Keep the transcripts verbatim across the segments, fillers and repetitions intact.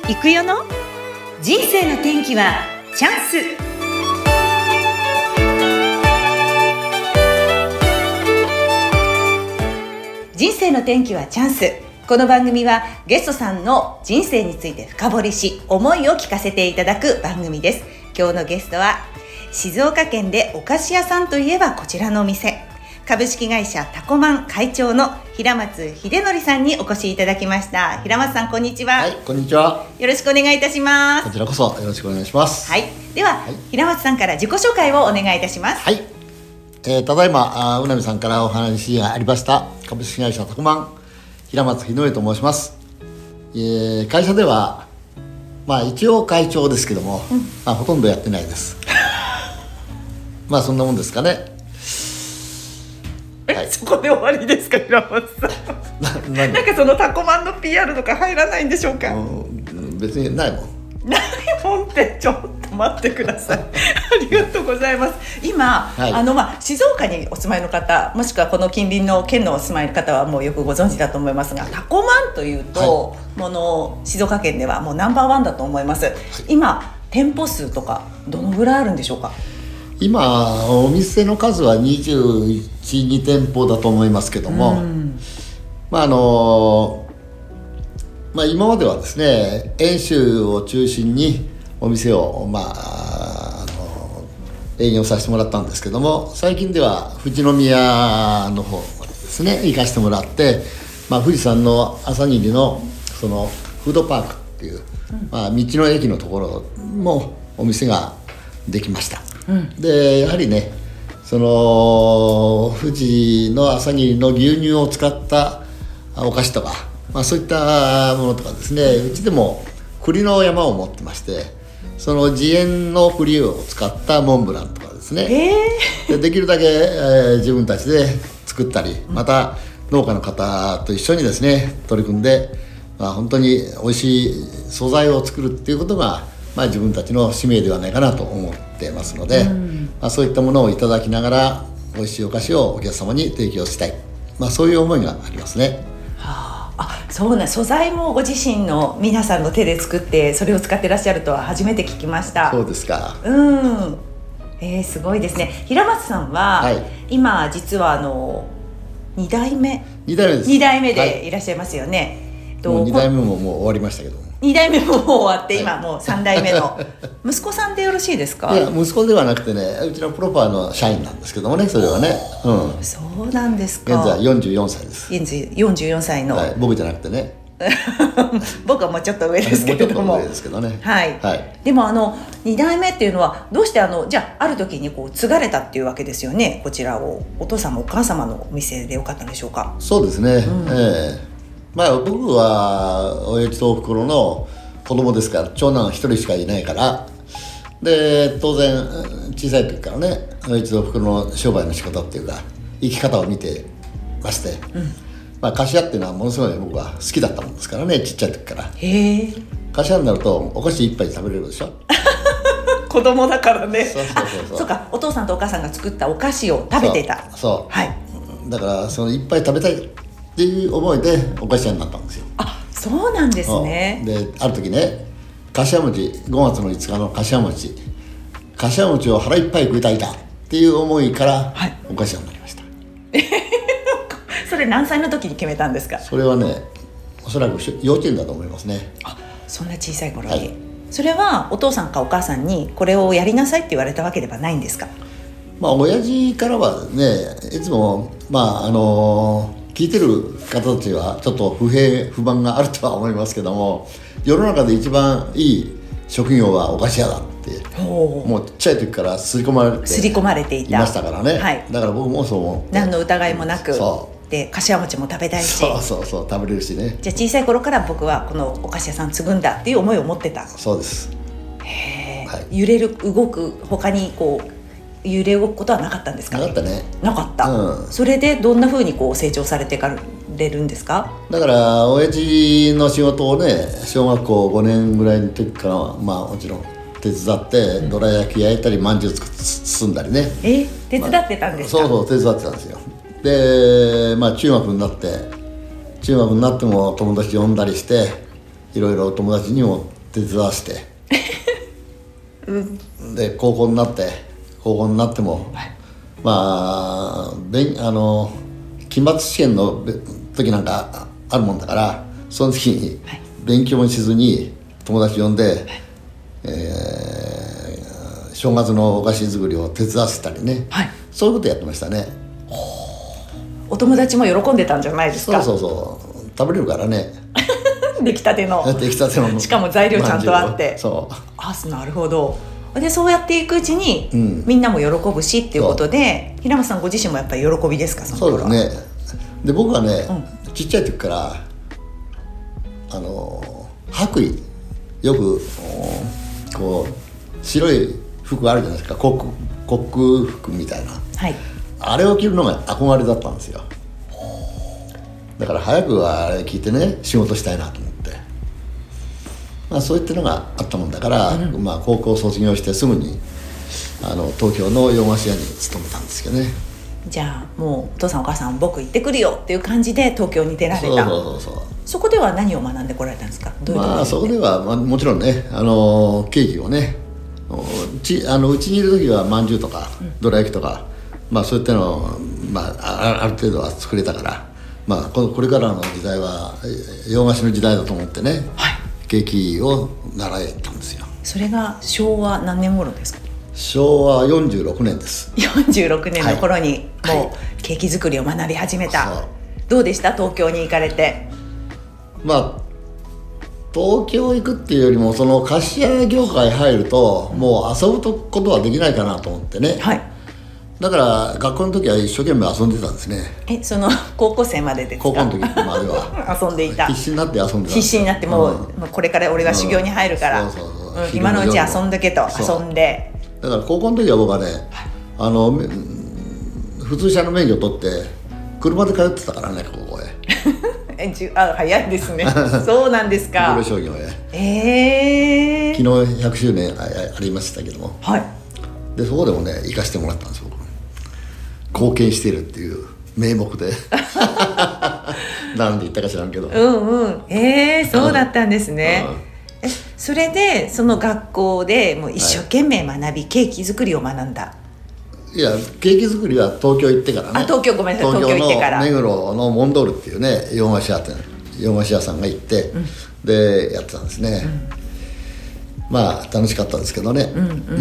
行くよの人生の転機はチャンス。人生の転機はチャンス。この番組はゲストさんの人生について深掘りし、思いを聞かせていただく番組です。今日のゲストは静岡県でお菓子屋さんといえばこちらのお店、株式会社タコマン会長の平松秀則さんにお越しいただきました。平松さん、こんにちは。 はい、こんにちは。 よろしくお願いいたします。 こちらこそよろしくお願いします。 はい、では、はい、平松さんから自己紹介をお願いいたします。 はい、えー、ただいまうなみさんからお話がありました株式会社タコマン平松秀則と申します。えー、会社ではまあ一応会長ですけども、うん、まあ、ほとんどやってないですまあそんなもんですかね。 はい、そこで終わりですか、平松さんな, なんかそのタコマンの ピーアール とか入らないんでしょうか。 うん、別にないもんないもんってちょっと待ってくださいありがとうございます。今、はい、あのまあ、静岡にお住まいの方、もしくはこの近隣の県のお住まいの方はもうよくご存知だと思いますが、タコマンというと、はい、もの静岡県ではもうナンバーワンだと思います。はい、今店舗数とかどのぐらいあるんでしょうか。 今お店の数はにじゅういち、に店舗だと思いますけども、うん、まああのまあ、今まではですね、遠州を中心にお店を、まあ、あの営業させてもらったんですけども、最近では富士宮の方までですね行かせてもらって、まあ、富士山の朝霧のそのフードパークっていう、まあ、道の駅のところもお店ができました。うん、でやはりね、その富士の朝霧の牛乳を使ったお菓子とか、まあ、そういったものとかですね、うちでも栗の山を持ってまして、その自園の栗を使ったモンブランとかですね、えー、で, できるだけ、えー、自分たちで作ったり、また農家の方と一緒にですね取り組んで、まあ、本当に美味しい素材を作るっていうことが、まあ、自分たちの使命ではないかなと思ってますので、うん、まあ、そういったものをいただきながら美味しいお菓子をお客様に提供したい、まあ、そういう思いがありますね。 はあ、あ、そうな、素材もご自身の皆さんの手で作ってそれを使ってらっしゃるとは初めて聞きました。 そうですか。 うん、えー、すごいですね。平松さんは、はい、今実はあのに代目に代目ですに代目でいらっしゃいますよね。 はい、もうに代目ももう終わりましたけど、 に代目ももう終わって、今もうさん代目の息子さんでよろしいですか。 いや、息子ではなくてね、うちのプロパーの社員なんですけどもね、それはね、うん、 そうなんですか。 現在よんじゅうよんさいです。 現在よんじゅうよんさいの、 はい、僕じゃなくてね僕はもうちょっと上ですけれども、 もうちょっと上ですけどね、 はいはい、でもあのに代目っていうのはどうしてあのじゃあある時にこう継がれたっていうわけですよね。こちらをお父様お母様のお店でよかったんでしょうか。 そうですね、うん、えー、まあ、僕は親父とおふくろの子供ですから、長男一人しかいないから、で当然小さい時からね、親父とおふくろの商売の仕方っていうか生き方を見てまして、うん、まあ、菓子屋っていうのはものすごい僕は好きだったもんですからね、ちっちゃい時から。へえ。菓子屋になるとお菓子一杯食べれるでしょ子供だからね。 そうそうそうそう。 そうか、お父さんとお母さんが作ったお菓子を食べていた。 そうそう、はい、だからその一杯食べたいっていう思いでお菓子屋になったんですよ。 あ、そうなんですね。 である時ね、柏餅ごがつのいつかの柏餅柏餅を腹いっぱい食いたいだっていう思いから、はい、お菓子屋になりましたそれ何歳の時に決めたんですか。 それはね、おそらく幼稚園だと思いますね。 あ、そんな小さい頃に、はい、それはお父さんかお母さんにこれをやりなさいって言われたわけではないんですか。 まあ親父からはね、いつもまああのー聞いてる方たちはちょっと不平不満があるとは思いますけども、世の中で一番いい職業はお菓子屋だってもうちっちゃい時から刷り込まれて刷り込まれていたいましたからね、 はい、 だから僕もそう思って、 何の疑いもなく、 そうで柏餅も食べたいし、 そうそうそう、食べれるしね。 じゃあ小さい頃から僕はこのお菓子屋さん継ぐんだっていう思いを持ってた。 そうです。 へえ、はい、揺れる動く他にこう揺れ動くことはなかったんですか。 なかったね。 なかった、うん、それでどんな風にこう成長されていかれるんですか。 だから親父の仕事をね、小学校ごねんぐらいの時から、まあもちろん手伝って、うん、どら焼き焼いたりまんじゅう包んだりね。 え、手伝ってたんですか。 まあ、そうそう、手伝ってたんですよ。で、まあ中学になって中学になっても友達呼んだりして、いろいろ友達にも手伝わせて、うん、で高校になって高校になっても、はい、まあ勉あの期末試験の時なんかあるもんだから、その時に勉強もしずに友達呼んで、はい、えー、正月のお菓子作りを手伝わせたりね、はい、そういうことやってましたね。 お友達も喜んでたんじゃないですか。 そうそうそう食べれるからね出来たての出来たてのしかも材料ちゃんとあって、 そうあなるほど。でそうやっていくうちに、うん、みんなも喜ぶしっていうことで、平松さんご自身もやっぱり喜びですか？その頃は。 そうですね。で僕はね、うん、ちっちゃい時からあの白衣よくこう白い服あるじゃないですか、コック、コック服みたいな、はい、あれを着るのが憧れだったんですよ。だから早くあれ聞いてね仕事したいなと思って、まあ、そういったのがあったもんだから、うん、まあ、高校卒業してすぐにあの東京の洋菓子屋に勤めたんですけどね。 じゃあもうお父さんお母さん僕行ってくるよっていう感じで東京に出られた。 そうそうそうそう。 そこでは何を学んでこられたんですか？どういうところで？ まあそこでは、まあ、もちろんねあのケーキをねうちあのうちにいる時はまんじゅうとか、うん、どら焼きとか、まあ、そういったのを、まあ、ある程度は作れたから、まあ、ここれからの時代は洋菓子の時代だと思ってね、はい、ケーキを習えたんですよ。 それが昭和何年頃ですか？ 昭和よんじゅうろくねんです。 よんじゅうろくねんの頃にもうケーキ作りを学び始めた、はい、どうでした東京に行かれて？ まあ東京行くっていうよりもその菓子屋業界入るともう遊ぶことはできないかなと思ってね、はい、だから学校の時は一生懸命遊んでたんですね。 えその高校生までですか？ 高校の時までは遊んでいた。 必死になって遊んでたんです。 必死になってもう、うん、もうこれから俺は修行に入るから、うん、そうそうそう、うん、今のうち遊んどけと遊んで。 だから高校の時は僕はね、はい、あの普通車の免許取って車で通ってたからね高校へえじあ早いですねそうなんですか。 プロ商業へ、 えー、 昨日ひゃくしゅうねん あ, ありましたけども、 はい、 でそこでもね行かせてもらったんですよ。貢献しているっていう名目でなんで言ったか知らんけど、 うんうん、えー、そうだったんですね。えそれでその学校でもう一生懸命学び、はい、ケーキ作りを学んだ。 いやケーキ作りは東京行ってからね。 あ東京ごめんなさい東京行ってから東京の目黒のモンドールっていうね洋菓子屋店洋菓子屋さんが行って、うん、でやってたんですね、うん、まあ楽しかったですけどね。うんうんうんうん、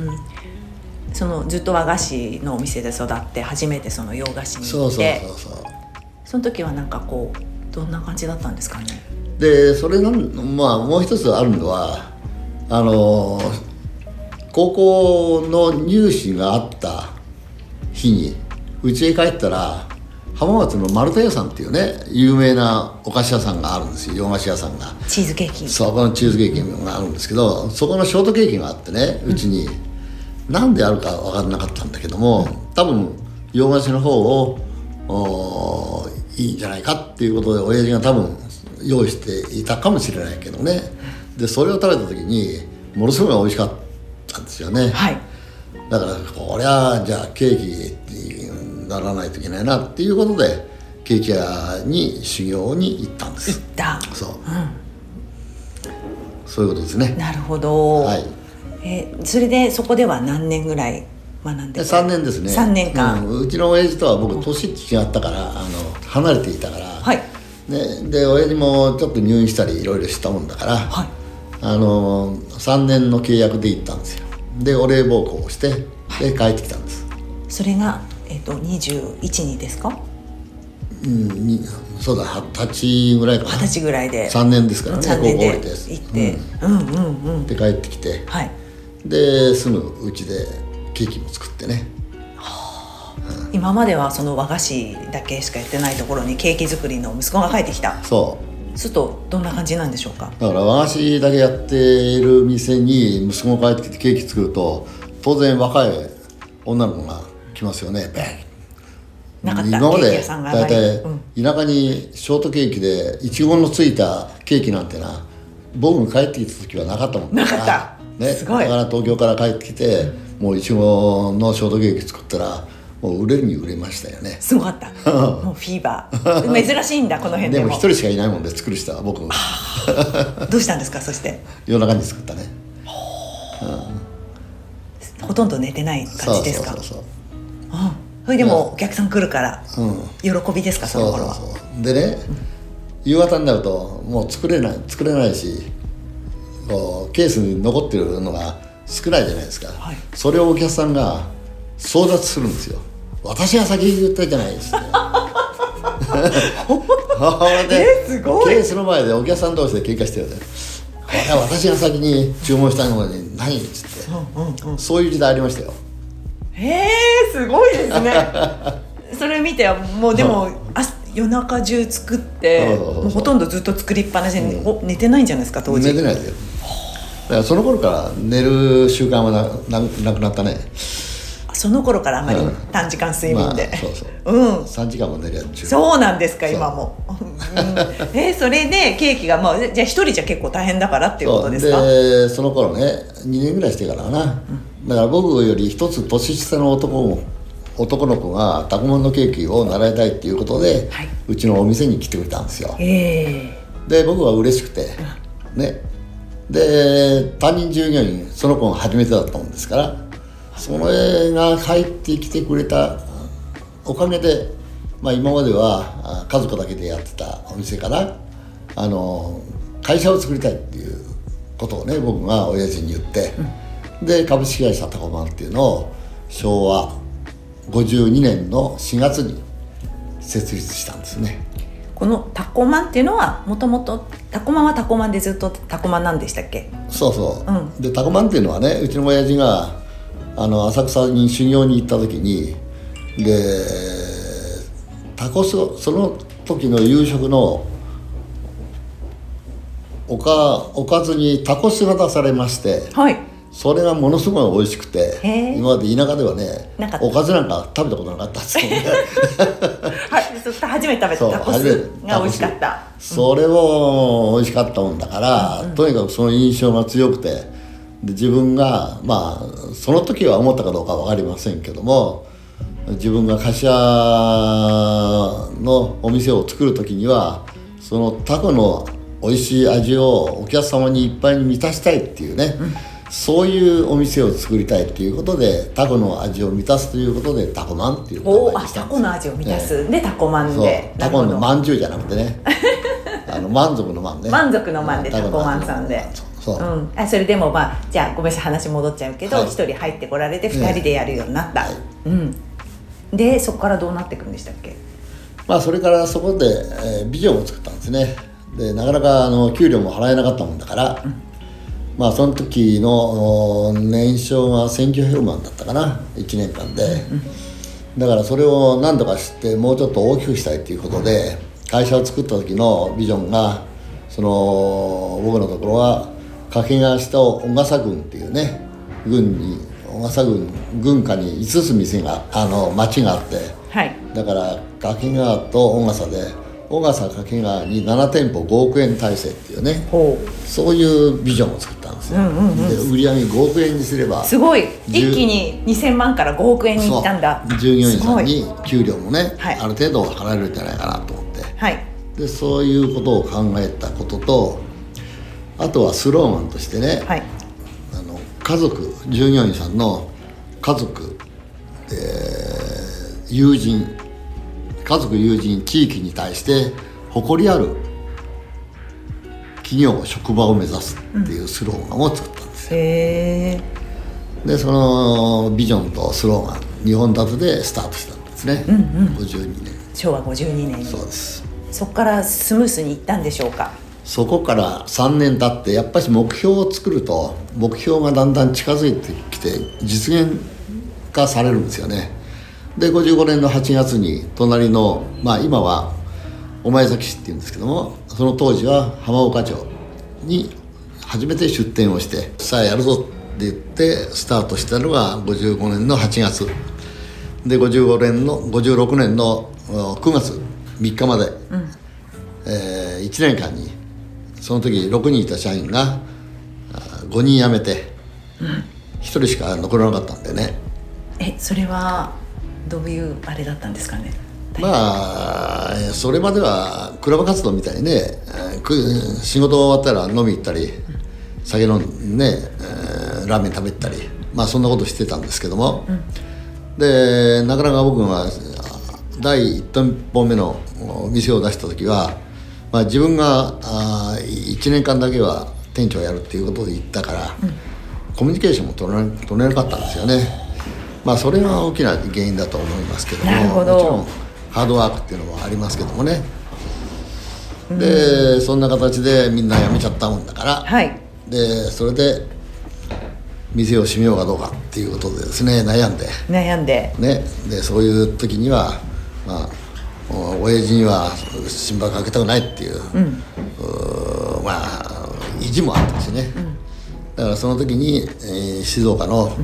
そのずっと和菓子のお店で育って初めてその洋菓子に行って、 そうそうそうそう、 その時はなんかこうどんな感じだったんですかね。 でそれのまあもう一つあるのはあの高校の入試があった日に家へ帰ったら浜松の丸太屋さんっていうね有名なお菓子屋さんがあるんですよ。洋菓子屋さんがチーズケーキ、 そこのチーズケーキがあるんですけど、そこのショートケーキがあってねうちに、うん、何であるか分からなかったんだけども、多分洋菓子の方をいいんじゃないかっていうことで親父が多分用意していたかもしれないけどね。でそれを食べた時にものすごい美味しかったんですよね、はい、だからこれはじゃあケーキにならないといけないなっていうことでケーキ屋に修行に行ったんです。 行った。 そう、うん、そういうことですね。 なるほど、はい、えそれでそこでは何年ぐらい学んで？ さんねんですね。 さんねんかん、 うん、うちの親父とは僕年違ったからあの離れていたから、はいね、で親父もちょっと入院したりいろいろしたもんだから、はい、あのさんねんの契約で行ったんですよ。でお礼奉公をしてで帰ってきたんです。 それが、えー、とにじゅういちにですか？ うん、そうだはたちぐらいかな。 はたちぐらいでさんねんですからね。 さんねんで行って、うん、うんうんうんで帰ってきて、はい、ですぐうちでケーキも作ってね、 はあ、うん、今まではその和菓子だけしかやってないところにケーキ作りの息子が帰ってきた。そうするとどんな感じなんでしょうか？ だから和菓子だけやっている店に息子が帰ってきてケーキ作ると当然若い女の子が来ますよね。 なかった。 今まで大体田舎にショートケーキでいちごのついたケーキなんてな僕が帰ってきた時はなかったもんなかった、ね、すごい。 だから東京から帰ってきて、うん、もういちごのショートケーキ作ったらもう売れるに売れましたよね。 すごかったもうフィーバー珍しいんだこの辺でも。 でも一人しかいないもんで作る人は僕どうしたんですかそして夜中に作ったね、 うん、ほとんど寝てない感じですか。 そうそうそうそう、 うん、それでもお客さん来るから、 うん、 喜びですかその頃は。 そうそうそうでね、うん、夕方になるともう作れない作れないし、こうケースに残ってるのが少ないじゃないですか、はい、それをお客さんが争奪するんですよ。私が先に言ったじゃないですってえすごい。 ケースの前でお客さん同士で喧嘩してるね。これは私が先に注文したのに何っつって、うんうんうん、そういう時代ありましたよ。 へえすごいですねそれ見てもうでも、うん、あ夜中中作ってもうほとんどずっと作りっぱなしで、うん、寝てないんじゃないですか当時。 寝てないですよ。だからその頃から寝る習慣は な, な, なくなったね。 その頃からあまり短時間睡眠で、うんまあ、 そうそう、 うん、 さんじかんも寝るやつ。 そうなんですか今も、うん、えそれでケーキがもうじゃあ一人じゃ結構大変だからっていうことですか。 そうでその頃ねにねんぐらいしてからかな、うん、だから僕より一つ年下の男も男の子がタコマンのケーキを習いたいっていうことで、はい、うちのお店に来てくれたんですよ。 へで僕は嬉しくて、うん、ねで担任従業員その子が初めてだったもんですから、それが入ってきてくれたおかげで、まあ、今までは家族だけでやってたお店からあの会社を作りたいっていうことをね僕が親父に言って、うん、で株式会社タコマンっていうのをしょうわごじゅうにねんのしがつに設立したんですね。 このタコマンっていうのはもともとタコマンはタコマンでずっとタコマンなんでしたっけ。 そうそう、 うん、 でタコマンっていうのはねうちの親父があの浅草に修行に行った時にでタコスその時の夕食のお か, おかずにタコスが出されまして、 はい、 それがものすごい美味しくて今まで田舎ではねおかずなんか食べたことなかったんですよねはい初めて食べたタコスが美味しかった。 それも美味しかったもんだから、うん、とにかくその印象が強くてで自分がまあその時は思ったかどうかは分かりませんけども自分が菓子屋のお店を作る時にはそのタコの美味しい味をお客様にいっぱいに満たしたいっていうね、うん、そういうお店を作りたいっていうことでタコの味を満たすということでタコマンっていう名前にしたんです。 タコの味を満たす、ね、でタコマンでタコのまんじゅうじゃなくてねあの満足の満ね満足の満でタコマンさんでそう、うん、あそれでもまあじゃあごめんなさい話戻っちゃうけど一、はい、人入ってこられてふたりでやるようになった、ねはいうん、でそこからどうなっていくんでしたっけ。 まあそれからそこで、えー、ビジョンを作ったんですね。でなかなかあの給料も払えなかったもんだから、うん、まあその時の年商がせんきゅうひゃくまんだったかないちねんかんで、うん、だからそれを何とかしてもうちょっと大きくしたいということで会社を作った時のビジョンがその僕のところは掛川市と小笠郡っていうね郡に小笠郡郡下にいつつ店があの町があって、 はい、だから掛川と小笠で小笠掛川にななてんぽごおくえん体制っていうねそういうビジョンを作ったんですよ、うんうんうん、で売り上げごおくえんにすればすごい一気ににせんまんからごおくえんにいったんだ。 従業員さんに給料もね、はい、ある程度払えるんじゃないかなと思って、 はい、 でそういうことを考えたこととあとはスローガンとしてね、はい、あの家族従業員さんの家族、えー、友人家族友人地域に対して誇りある企業職場を目指すっていうスローガンを作ったんですよ、うん、へーでそのビジョンとスローガンにほん立てでスタートしたんですね、うんうん、ごじゅうにねんしょうわごじゅうにねんにそうです。 そこからスムースにいったんでしょうか。 そこからさんねん経ってやっぱり目標を作ると目標がだんだん近づいてきて実現化されるんですよね。でごじゅうごねんのはちがつに隣の、まあ、今は御前崎市っていうんですけどもその当時は浜岡町に初めて出店をしてさあやるぞって言ってスタートしたのがごじゅうごねんのはちがつでごじゅうごねんのごじゅうろくねんのくがつみっかまで、うんえー、いちねんかんにその時ろくにんいた社員がごにん辞めて、うん、ひとりしか残らなかったんでね。 えそれはどういうあれだったんですかね。 まあそれまではクラブ活動みたいにね、仕事終わったら飲み行ったり、酒飲んでね、ラーメン食べたり、まあそんなことしてたんですけども、うん、でなかなか僕がだいいち店舗目の店を出した時は、まあ、自分があいちねんかんだけは店長をやるっていうことで言ったから、うん、コミュニケーションも取れな、取れなかったんですよね。まあそれが大きな原因だと思いますけども、 なるほど。 もちろんハードワークっていうのもありますけどもね、うん、でそんな形でみんな辞めちゃったもんだから、はい、でそれで店を閉めようかどうかっていうことでですね、悩んで悩んで、 ね、でそういう時にはまあ親父には心配かけたくないっていう、うん、うまあ意地もあったしね、うん、だからその時に、えー、静岡の、うん、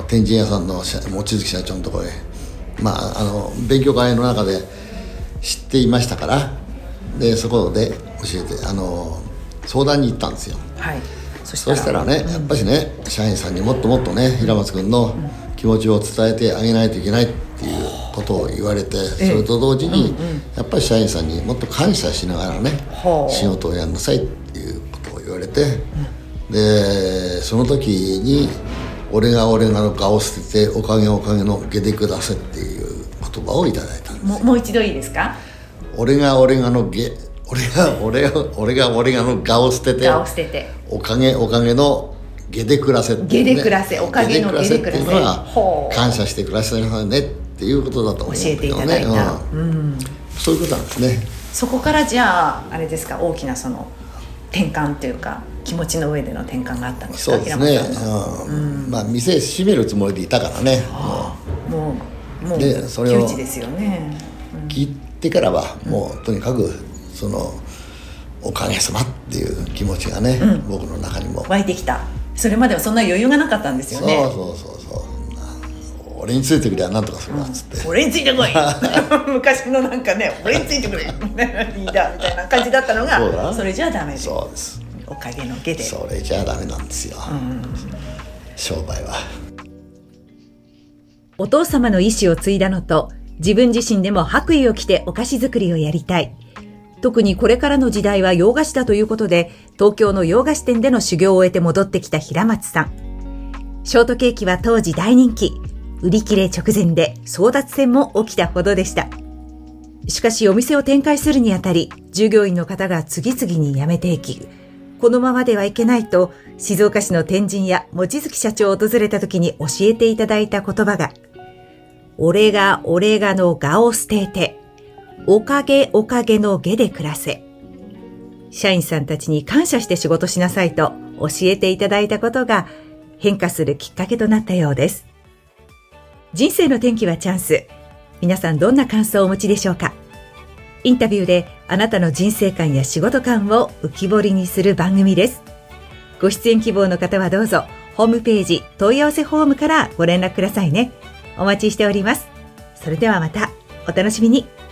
天神屋さんの望月社長のところへ、まあ、あの勉強会の中で知っていましたから、でそこで教えてあの相談に行ったんですよ。はい、そしたら、そしたらね、やっぱしね、社員さんにもっともっとね、平松君の気持ちを伝えてあげないといけないっていうことを言われて、それと同時にやっぱり社員さんにもっと感謝しながらね、仕事をやんなさいっていうことを言われて、でその時に俺が俺がの顔を捨てておかげおかげの下でくださいっていう言葉をいただいたんです。 も, もう一度いいですか。 俺が俺がの下俺が俺が俺が俺がの我を捨てて我を捨てておかげおかげの下で暮らせって、ね、 下で暮らせおかげの下で暮らせっていうのは感謝して暮らしてくださいねっていうことだと思うんだけどね。教えていただいた、うんうん、そういうことなんですね。 そこからじゃああれですか、大きなその転換というか気持ちの上での転換があったんですか。 そうですね、うんうん、まあ店閉めるつもりでいたからね、 もうもうでそれを窮地ですよね、 うん、聞いてからはもうとにかくそのおかげさまっていう気持ちがね、うん、僕の中にも湧いてきた。それまではそんな余裕がなかったんですよね。 そうそうそうそう、俺についてくればなんとかするわっつって、 うん、俺についてこい昔のなんかね、俺についてくれリーダーみたいな感じだったのが、 そ, それじゃダメで、 そうです、 おかげの下でそれじゃダメなんですよ、うん、商売は。 お父様の意思を継いだのと、自分自身でも白衣を着てお菓子作りをやりたい、特にこれからの時代は洋菓子だということで、東京の洋菓子店での修行を終えて戻ってきた平松さん。ショートケーキは当時大人気、売り切れ直前で争奪戦も起きたほどでした。しかしお店を展開するにあたり、従業員の方が次々に辞めていき、このままではいけないと、静岡市の天神や望月社長を訪れた時に教えていただいた言葉が、俺が俺がの我を捨てて、おかげおかげの下で暮らせ。社員さんたちに感謝して仕事しなさいと教えていただいたことが変化するきっかけとなったようです。人生の転機はチャンス。皆さんどんな感想をお持ちでしょうか。インタビューであなたの人生観や仕事観を浮き彫りにする番組です。ご出演希望の方はどうぞホームページ問い合わせフォームからご連絡くださいね。お待ちしております。それではまたお楽しみに。